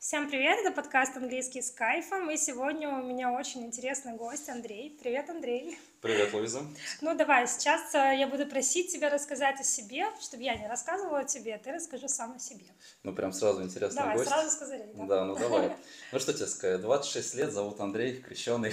Всем привет, это подкаст «Английский с кайфом», и сегодня у меня очень интересный гость Андрей. Привет, Андрей. Привет, Луиза. Ну давай, сейчас я буду просить тебя рассказать о себе, чтобы я не рассказывала о тебе, ты расскажи сам о себе. Ну, прям сразу интересный Давай, гость. сразу с козырей, да? Да, ну давай. Ну, что тебе сказать, 26 лет, зовут Андрей, крещеный.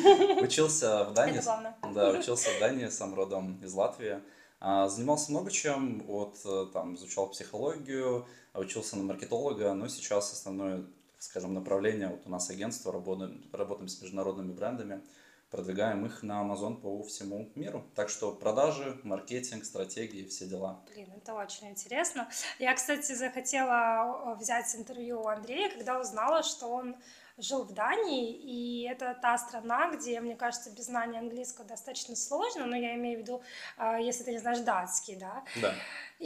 Учился в Дании, Это главное. да, учился в Дании, сам родом из Латвии. Занимался много чем, там, изучал психологию, учился на маркетолога, но сейчас основное, так скажем, направление, вот у нас агентство, работаем с международными брендами, продвигаем их на Amazon по всему миру. Так что продажи, маркетинг, стратегии, все дела. Блин, это очень интересно. Я, кстати, захотела взять интервью у Андрея, когда узнала, что он жил в Дании, и это та страна, где, мне кажется, без знания английского достаточно сложно, но я имею в виду, если ты не знаешь датский, да. Да.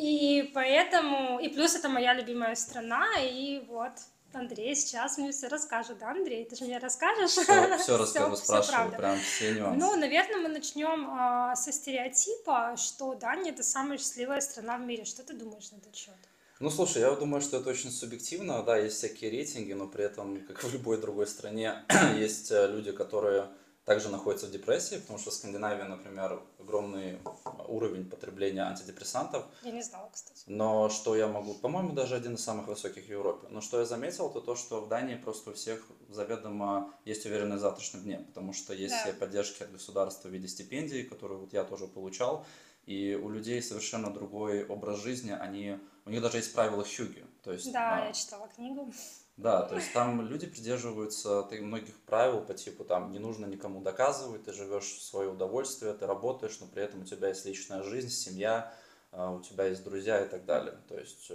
И поэтому, и плюс это моя любимая страна, и вот Андрей сейчас мне все расскажет, да, Андрей, ты же мне расскажешь? Все расскажу, Все спрашивай, правда. прям все Ну, нюансы. наверное, мы начнем со стереотипа, что Дания это самая счастливая страна в мире. Что ты думаешь на этот счет? Ну, слушай, я думаю, что это очень субъективно, да, есть всякие рейтинги, но при этом, как в любой другой стране, есть люди, которые также находятся в депрессии, потому что в Скандинавии, например, огромный уровень потребления антидепрессантов. Я не знала, кстати. Но что я могу, по-моему, даже один из самых высоких в Европе. Но что я заметил, это то, что в Дании просто у всех заведомо есть уверенность в завтрашнем дне, потому что есть все Да, поддержки от государства в виде стипендий, которые вот я тоже получал, и у людей совершенно другой образ жизни, у них даже есть правила хюги, то есть, да, я читала книгу. да, то есть там люди придерживаются многих правил по типу там не нужно никому доказывать, ты живешь в свое удовольствие, ты работаешь, но при этом у тебя есть личная жизнь, семья, у тебя есть друзья и так далее. То есть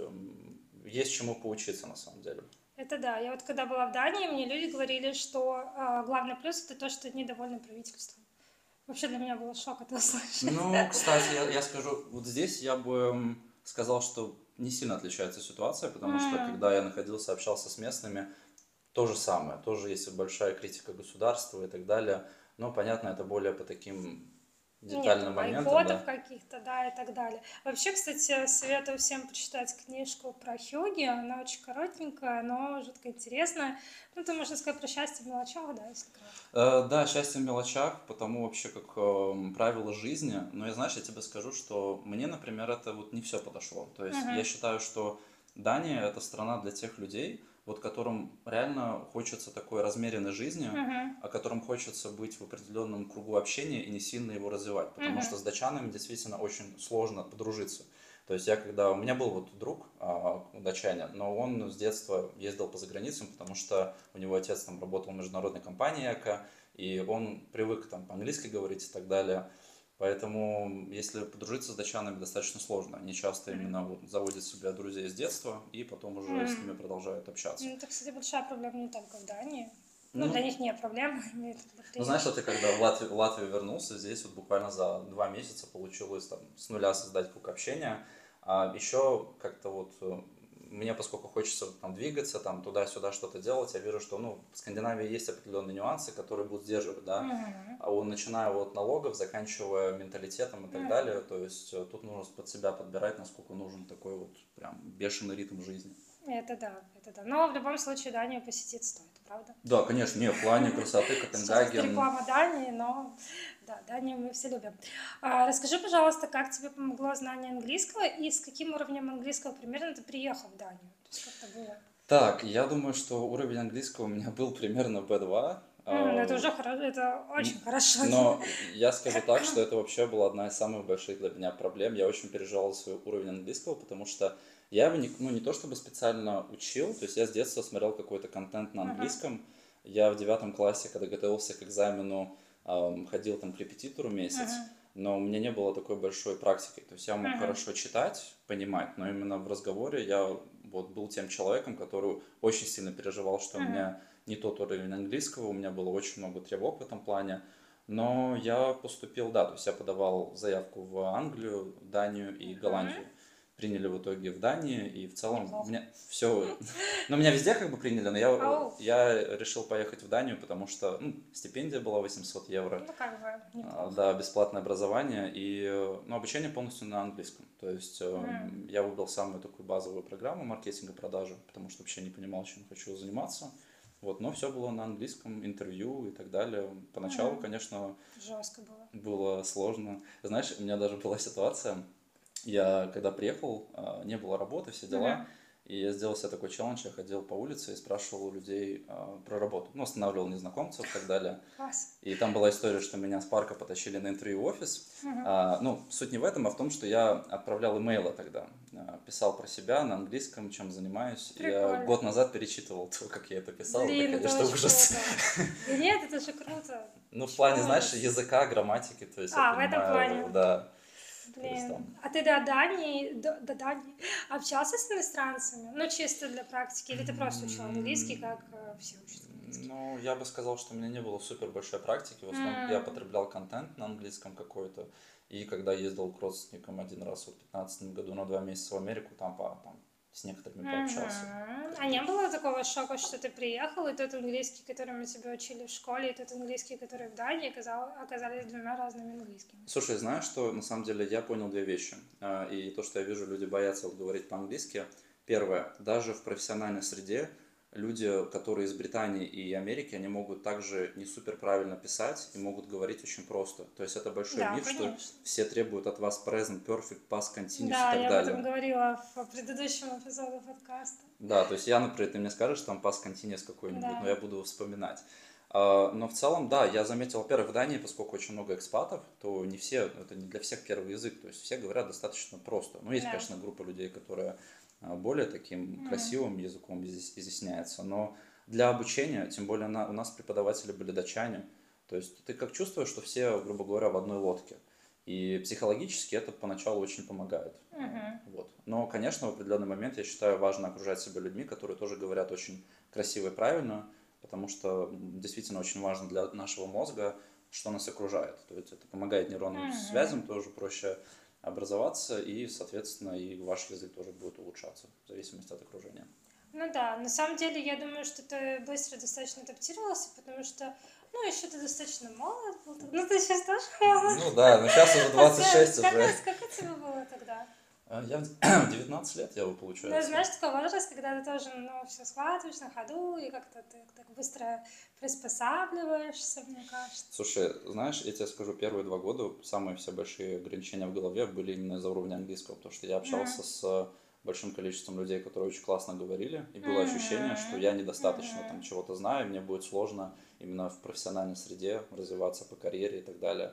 есть чему поучиться на самом деле. Это да. Я вот когда была в Дании, мне люди говорили, что главный плюс это то, что недовольны правительством. Вообще для меня был шок это услышать. Ну, кстати, я скажу, вот здесь я бы сказал, что не сильно отличается ситуация, потому что когда я находился, общался с местными, то же самое, тоже есть большая критика государства и так далее, но, понятно, это более по таким Нет, детальным там моментам, бойкотов да. каких-то, да, и так далее. Вообще, кстати, советую всем почитать книжку про Хьюги. Она очень коротенькая, но жутко интересная. Ну, это можно сказать про счастье в мелочах, да, если кратко. Да, счастье в мелочах, потому вообще как правило жизни. Но я, знаешь, я тебе скажу, что мне, например, это вот не все подошло. То есть я Мгм. считаю, что Дания это страна для тех людей, вот которым реально хочется такой размеренной жизни, Мгм. о котором хочется быть в определенном кругу общения и не сильно его развивать. Потому Мгм. что с датчанами действительно очень сложно подружиться. То есть у меня был вот друг, датчанин, но он с детства ездил по заграницам, потому что у него отец там работал в международной компании ЭКО, и он привык там по-английски говорить и так далее. Поэтому, если подружиться с датчанами, достаточно сложно. Они часто именно вот заводят себе друзей с детства и потом уже с ними Мгм. продолжают общаться. Ну, это, кстати, большая проблема не только в Дании. Ну, для Ну, них нет проблем, имеют в виду ну знаешь, приезжие. вот я когда в Латвию вернулся, здесь вот буквально за 2 месяца получилось там с нуля создать круг общения. А еще как-то вот мне, поскольку хочется вот там двигаться, там туда-сюда что-то делать, я вижу, что ну, в Скандинавии есть определенные нюансы, которые будут сдерживать, да, Мгм. начиная от налогов, заканчивая менталитетом и так Мгм. далее, то есть тут нужно под себя подбирать, насколько нужен такой вот прям бешеный ритм жизни. Это да, это да. Но в любом случае Данию посетить стоит, правда? Да, конечно, не, в плане красоты Сейчас это Копенгаген. реклама Дании, но да, Данию мы все любим. Расскажи, пожалуйста, как тебе помогло знание английского и с каким уровнем английского примерно ты приехал в Данию? То есть как это было? Так, я думаю, что уровень английского у меня был примерно B2. Ну это уже хорошо, это очень хорошо. Но я скажу так, что это вообще была одна из самых больших для меня проблем. Я очень переживал за свой уровень английского, потому что я его ну, не то чтобы специально учил, то есть я с детства смотрел какой-то контент на Мгм. английском. Я в 9 классе, когда готовился к экзамену, ходил там к репетитору месяц, Мгм. но у меня не было такой большой практики. То есть я мог Мгм. хорошо читать, понимать, но именно в разговоре я вот был тем человеком, который очень сильно переживал, что у Мгм. меня не тот уровень английского, у меня было очень много тревог в этом плане. Но я поступил, да, то есть я подавал заявку в Англию, Данию и Мгм. Голландию. приняли в итоге в Дании, и в целом Неплохо. меня все... Ну, меня везде как бы приняли, но Ау. я решил поехать в Данию, потому что стипендия была 800 евро, Ну, как бы, неплохо. да, бесплатное образование, и обучение полностью на английском. То есть я выбрал самую такую базовую программу маркетинга продажи, потому что вообще не понимал, чем хочу заниматься. Вот, но все было на английском, интервью и так далее. Поначалу, конечно, Жестко было. было сложно. Знаешь, у меня даже была ситуация, я когда приехал, не было работы, все дела, и я сделал себе такой челлендж, я ходил по улице и спрашивал у людей про работу. Ну, останавливал незнакомцев и так далее. Класс. И там была история, что меня с парка потащили на интервью в офис. Ну, суть не в этом, а в том, что я отправлял имейлы тогда. Писал про себя на английском, чем занимаюсь. Я Прикольно. год назад перечитывал то, как я это писал. Блин, это, это конечно, очень ужас. круто. Да нет, это же круто. Ну, в плане, знаешь, Молодец. языка, грамматики, то есть я В этом понимаю, плане. да. То есть Блин, там... а ты до Дании общался с иностранцами? Ну, чисто для практики, или ты просто учил английский, как все учат английский? Ну, я бы сказал, что у меня не было супер большой практики. В основном я потреблял контент на английском какой-то. И когда ездил к родственникам один раз в 2015 году на 2 месяца в Америку, там с некоторыми пообщался. А не было такого шока, что ты приехал, и тот английский, которым тебя учили в школе, и тот английский, который в Дании, оказались двумя разными английскими? Слушай, знаешь, что на самом деле я понял две вещи. И то, что я вижу, люди боятся говорить по-английски. Первое, даже в профессиональной среде люди, которые из Британии и Америки, они могут также не супер правильно писать и могут говорить очень просто. То есть это большой Да, миф, что конечно. все требуют от вас present, perfect, past continuous Да, и так я об этом далее. говорила в предыдущем эпизоде подкаста. Да, то есть я, например, ты мне скажешь там past continuous какой-нибудь, Да. но я буду вспоминать. Но в целом, да, я заметил, во-первых, в Дании, поскольку очень много экспатов, то не все, это не для всех первый язык, то есть все говорят достаточно просто. Ну, есть, Да. конечно, группа людей, которые более таким красивым языком изъясняется, но для обучения, тем более у нас преподаватели были датчане, то есть ты как чувствуешь, что все, грубо говоря, в одной лодке. И психологически это поначалу очень помогает. Вот. Но, конечно, в определенный момент я считаю важно окружать себя людьми, которые тоже говорят очень красиво и правильно, потому что действительно очень важно для нашего мозга, что нас окружает. То есть это помогает нейронным связям тоже проще образоваться, и, соответственно, и ваш язык тоже будет улучшаться в зависимости от окружения. Ну да, на самом деле я думаю, что ты быстро достаточно адаптировался, потому что, ну, еще ты достаточно молод был. Ну, ты сейчас тоже молод. Ну да, но сейчас уже 26 уже. Сколько тебе было тогда? Я в 19 лет, я его получается. Ну, знаешь, такой возраст, когда ты тоже, ну, все схватываешь на ходу, и как-то ты так быстро приспосабливаешься, мне кажется. Слушай, знаешь, я тебе скажу, первые 2 года самые все большие ограничения в голове были именно из-за уровня английского, потому что я общался с большим количеством людей, которые очень классно говорили, и было ощущение, что я недостаточно там чего-то знаю, и мне будет сложно именно в профессиональной среде развиваться по карьере и так далее.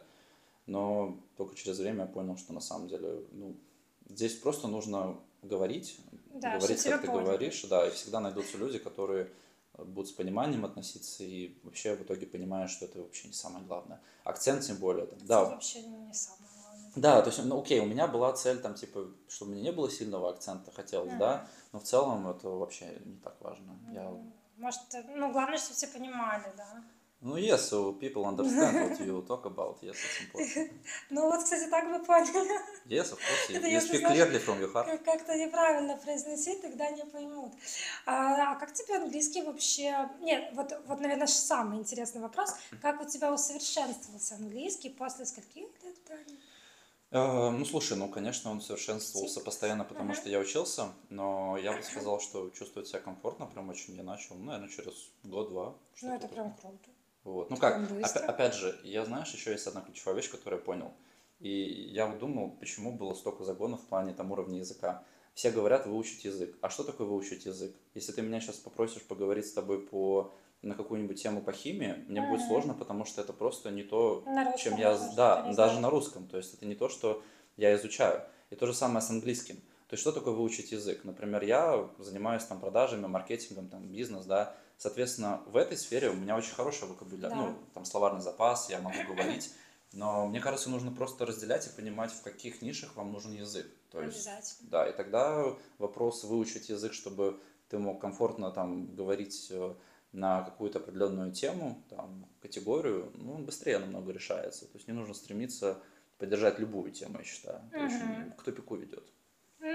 Но только через время я понял, что на самом деле, ну, здесь просто нужно говорить, Да, говорить, что тебя как ты поняли. говоришь, да, и всегда найдутся люди, которые будут с пониманием относиться, и вообще в итоге понимаешь, что это вообще не самое главное. Акцент тем более. Там, Это да, вообще не самое главное. да, то есть, ну окей, у меня была цель, там, типа, чтобы у меня не было сильного акцента, хотелось, да, но в целом это вообще не так важно. Может, ну, главное, чтобы все понимали, да. Ну, yes, so people understand what you talk about, yes, it's important. Ну, вот, кстати, так вы поняли. Yes, of course, Это you если, speak знаешь, clearly from your heart. как-то неправильно произносить, тогда не поймут. А как тебе английский вообще... Нет, вот, наверное, самый интересный вопрос. Как у тебя усовершенствовался английский после скольких лет в Дании? Ну, слушай, ну, конечно, он совершенствовался постоянно, потому что я учился, но я бы сказал, что чувствовать себя комфортно прям очень я начал, ну, наверное, через год-два. Ну, это прям круто. Вот. Ну Это как, прям быстро. опять же, я, знаешь, еще есть одна ключевая вещь, которую я понял. И я вот думал, почему было столько загонов в плане там уровня языка. Все говорят выучить язык. А что такое выучить язык? Если ты меня сейчас попросишь поговорить с тобой на какую-нибудь тему по химии, мне будет сложно, потому что это просто не то, На русском чем я... даже, Да, не даже знаю. на русском. То есть это не то, что я изучаю. И то же самое с английским. То есть что такое выучить язык? Например, я занимаюсь там продажами, маркетингом, там бизнес, да. Соответственно, в этой сфере у меня очень хороший вокабуляр, Да. ну, там словарный запас, я могу говорить. Но мне кажется, нужно просто разделять и понимать, в каких нишах вам нужен язык. То есть, Обязательно. да, и тогда вопрос выучить язык, чтобы ты мог комфортно там говорить на какую-то определенную тему, там, категорию, ну, он быстрее намного решается. То есть не нужно стремиться поддержать любую тему, я считаю. Это очень к тупику ведет. Ну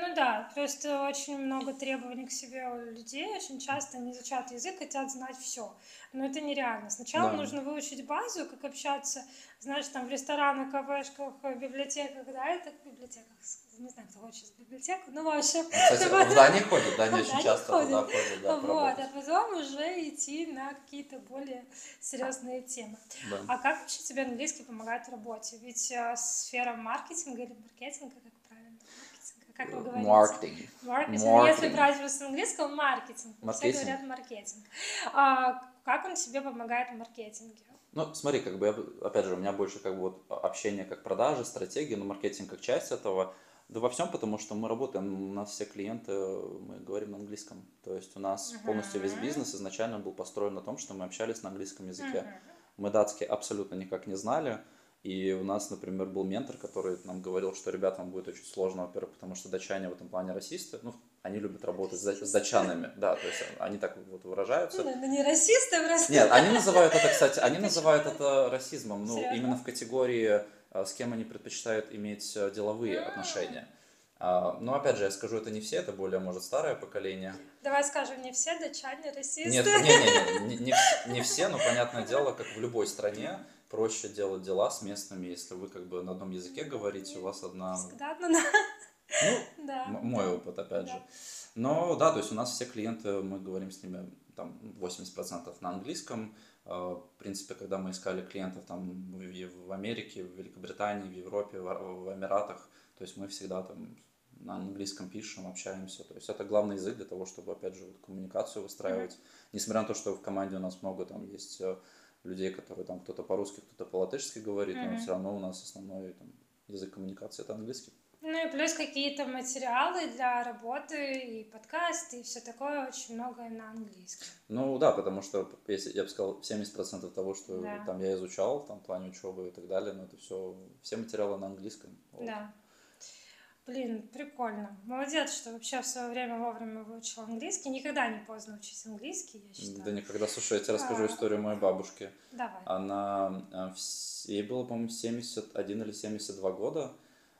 Ну да, просто очень много требований к себе у людей, очень часто они изучают язык, хотят знать все, но это нереально. Сначала Да. нужно выучить базу, как общаться, знаешь, там в ресторанах, кафешках, библиотеках, да, это в библиотеках, не знаю, кто хочет в библиотеку, ну, в общем, Ну, кстати, чтобы в Дании ходят, Дания очень куда не часто туда ходят, ходят, да, вот, поработать. а потом уже идти на какие-то более серьезные темы. Да. А как вообще тебе английский помогает в работе? Ведь сфера маркетинга или маркетинга, как правильно? Маркетинга, как вы говорите? Маркетинг. Маркетинг. Ну, если Маркетинг. брать с английского, маркетинг. Все Маркетинг. говорят маркетинг. А как он тебе помогает в маркетинге? Ну, смотри, как бы, опять же, у меня больше как бы вот общение как продажи, стратегии, но маркетинг как часть этого. Да во всем, потому что мы работаем, у нас все клиенты, мы говорим на английском. То есть у нас полностью весь Мгм. бизнес изначально был построен на том, что мы общались на английском языке. Мгм. Мы датский абсолютно никак не знали. И у нас, например, был ментор, который нам говорил, что ребятам будет очень сложно, во-первых, потому что датчане в этом плане расисты. Ну, они любят работать с датчанами, да, то есть они так вот выражаются. Ну, не расисты, просто. Нет, они называют это, кстати, они Почему? называют это расизмом, ну, именно Серьезно? в категории, с кем они предпочитают иметь деловые отношения. Но опять же, я скажу, это не все, это более, может, старое поколение. Давай скажем, не все датчане Нет, расисты. не все, но понятное дело, как в любой стране, проще делать дела с местными, если вы как бы на одном языке говорите, у вас одна, Всегда, ну да. ну, Да, мой да, опыт, опять же. да. Но да, то есть у нас все клиенты, мы говорим с ними там 80% на английском. В принципе, когда мы искали клиентов там в Америке, в Великобритании, в Европе, в Эмиратах, то есть мы всегда там на английском пишем, общаемся. То есть это главный язык для того, чтобы, опять же, вот коммуникацию Мгм. выстраивать. Несмотря на то, что в команде у нас много там есть людей, которые там кто-то по-русски, кто-то по-латышски говорит, но Мгм. все равно у нас основной там, язык коммуникации это английский. Ну и плюс какие-то материалы для работы, и подкасты, и все такое, очень много на английском. Ну да, потому что, если я бы сказал, 70% того, что Да, там я изучал, там в плане учебы и так далее, но это все материалы на английском. Вот. да. Блин, прикольно. Молодец, что вообще в свое время вовремя выучил английский. Никогда не поздно учить английский, я Да считаю. никогда, слушай, я тебе расскажу А, историю моей бабушки. давай. Она, ей было, по-моему, 71 или 72 года.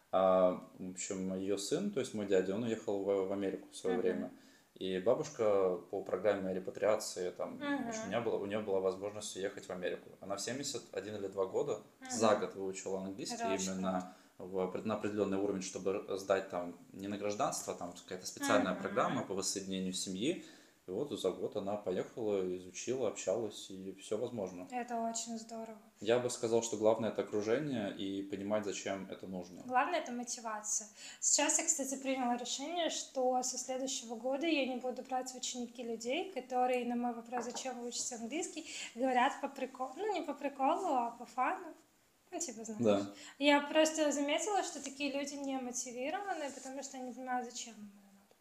В общем, ее сын, то есть мой дядя, он уехал в Америку в свое Мгм. время. И бабушка по программе репатриации, там, в общем, Мгм. у нее была возможность уехать в Америку. Она в 71 или 2 года за Мгм. год выучила английский Это очень круто. именно на определенный уровень, чтобы сдать там не на гражданство, а там какая-то специальная программа Мгм. по воссоединению семьи. И вот за год она поехала, изучила, общалась, и все возможно. Это очень здорово. Я бы сказал, что главное это окружение и понимать, зачем это нужно. Главное это мотивация. Сейчас я, кстати, приняла решение, что со следующего года я не буду брать в ученики людей, которые на мой вопрос, зачем вы учите английский, говорят по приколу. Ну, не по приколу, а по фану. Ну, типа, знаешь. Да. Я просто заметила, что такие люди не мотивированы, потому что они не понимают, зачем им это надо.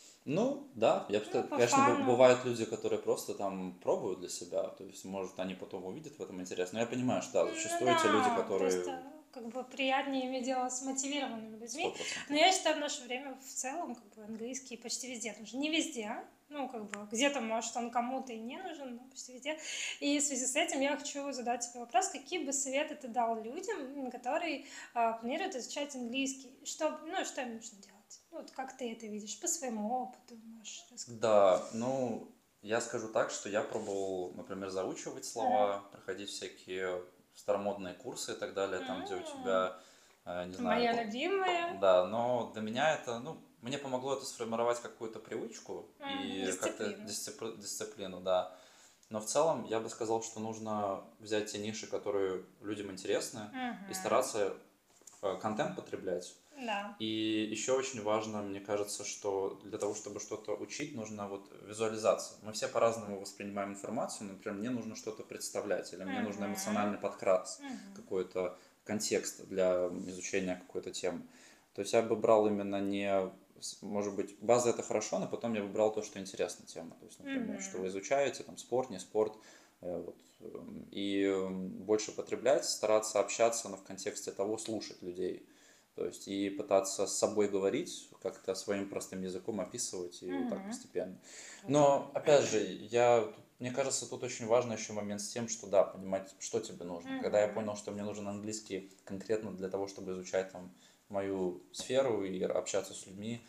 Ну, да, я бы Ну, сказал, по конечно, фану. бывают люди, которые просто там пробуют для себя, то есть, может, они потом увидят в этом интерес. Но я понимаю, что да, Ну зачастую эти люди, да, которые просто как бы приятнее иметь дело с мотивированными сто людьми. Но процентов. я считаю, в наше время в целом как бы английский почти везде нужен. Не везде, ну как бы где-то, может, он кому-то и не нужен, но почти везде. И в связи с этим я хочу задать тебе вопрос, какие бы советы ты дал людям, которые планируют изучать английский, ну, что им нужно делать? Ну, вот как ты это видишь по своему опыту, можешь рассказать? Да, ну, я скажу так, что я пробовал, например, заучивать Мгм. слова, проходить всякие старомодные курсы и так далее, там, где у М, тебя, не знаю, Моя любимая. да, но для меня это, ну, мне помогло это сформировать какую-то привычку и как-то Дисциплина. дисциплину, да. Но в целом я бы сказал, что нужно взять те ниши, которые людям интересны, и Мгм. стараться контент потреблять. Да. И еще очень важно, мне кажется, что для того, чтобы что-то учить, нужна вот визуализация. Мы все по-разному воспринимаем информацию. Например, мне нужно что-то представлять, или мне нужно Мгм. эмоциональный подкрас, Мгм. какой-то контекст для изучения какой-то темы. То есть я бы брал именно не, может быть, база это хорошо, но потом я выбрал то, что интересна тема. То есть, например, что Мгм. вы изучаете, там, спорт, не спорт, вот, и больше потреблять, стараться общаться, но в контексте того, слушать людей. То есть и пытаться с собой говорить, как-то своим простым языком описывать и вот так Мгм. постепенно. Круто. Но опять же, мне кажется, тут очень важно еще момент с тем, что да, понимать, что тебе нужно. Когда я Мгм. понял, что мне нужен английский конкретно для того, чтобы изучать там мою сферу и общаться с людьми,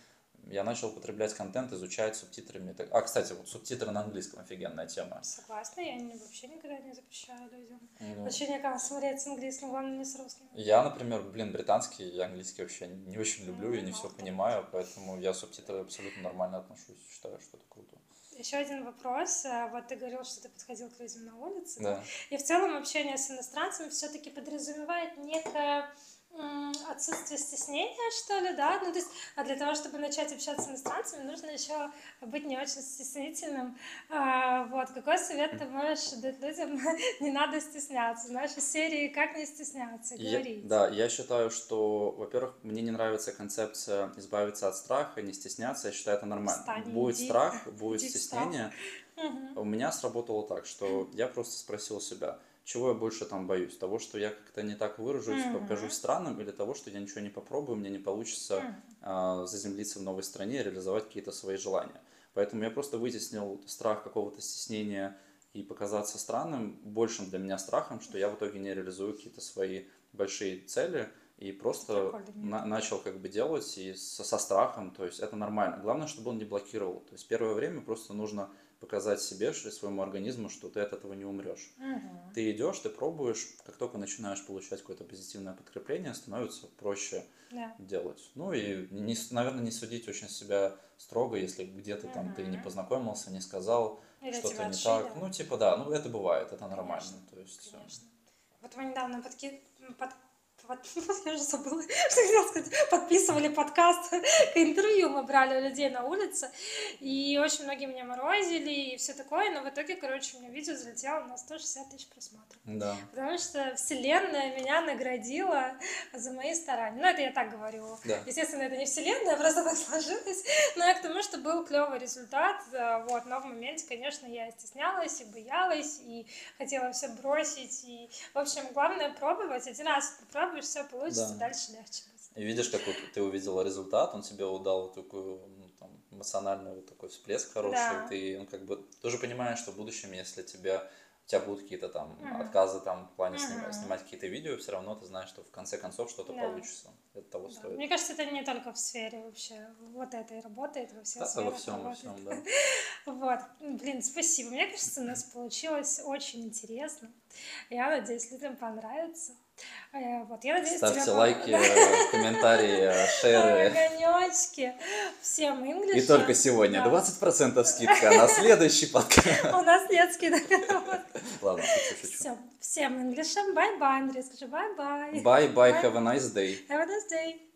я начал потреблять контент, изучать субтитрами. Кстати, вот субтитры на английском офигенная тема. Согласна, я вообще никогда не запрещаю людям. Ну, Вообще никак смотреть с английским, главное не с русским. я, например, британский и английский вообще не очень люблю и не все Мало. понимаю, поэтому я к субтитры абсолютно нормально отношусь, считаю, что это круто. Еще один вопрос. Вот ты говорил, что ты подходил к людям на улице. Да. И в целом общение с иностранцами все-таки подразумевает некое отсутствие стеснения, что ли, да? Ну, то есть, а для того, чтобы начать общаться с иностранцами, нужно еще быть не очень стеснительным. Вот, какой совет ты можешь дать людям? Не надо стесняться. Знаешь, из серии «Как не стесняться?» говорить. Да, я считаю, что, во-первых, мне не нравится концепция избавиться от страха, не стесняться, я считаю, это нормально. Встань, Будет иди. страх, будет Иди в страх. стеснение. У меня сработало так, что я просто спросил себя, чего я больше там боюсь? Того, что я как-то не так выражусь, покажусь странным, или того, что я ничего не попробую, мне не получится заземлиться в новой стране и реализовать какие-то свои желания. Поэтому я просто вытеснил страх какого-то стеснения и показаться странным, большим для меня страхом, что я в итоге не реализую какие-то свои большие цели, и просто начал как бы делать и со страхом, то есть это нормально. Главное, чтобы он не блокировал. То есть первое время просто нужно показать себе, что своему организму, что ты от этого не умрешь. Ты идешь, ты пробуешь, как только начинаешь получать какое-то позитивное подкрепление, становится проще делать. Ну и, наверное, не судить очень себя строго, если где-то там ты не познакомился, не сказал, Или что-то тебя не отшили. так. Ну, типа, да, ну это бывает, это нормально. Конечно, То есть, конечно. Вот мы недавно я уже забыла, что хотела сказать, подписывали подкаст, интервью мы брали у людей на улице, и очень многие меня морозили и все такое, но в итоге, короче, у меня видео залетело на 160 тысяч просмотров. Да. Потому что вселенная меня наградила за мои старания. Ну, это я так говорю. Да. Естественно, это не вселенная, просто так сложилось. Но я к тому, что был клевый результат. Вот, но в моменте, конечно, я стеснялась и боялась, и хотела все бросить. И, в общем, главное пробовать. Один раз попробуешь, все получится, дальше легче будет. И видишь, как вот ты увидела результат, он тебе дал такую эмоциональный вот такой всплеск хороший. Ты как бы тоже понимаешь, что в будущем, если у тебя будут какие-то там отказы там, в плане снимать какие-то видео, все равно ты знаешь, что в конце концов что-то получится. Это того стоит. Мне кажется, это не только в сфере вообще вот этой работает, во всех сферах во всем, да. Вот, блин, спасибо. Мне кажется, у нас получилось очень интересно. Я надеюсь, людям понравится. Вот, я надеюсь, ставьте лайки, комментарии, шеры. Огонечки. Всем English. И только сегодня 20% скидка на следующий подкаст. У нас нет скидок. Ладно, шучу. Всем English. Bye-bye, Андрей, скажи bye-bye. Bye-bye, have a nice day. Have a nice day.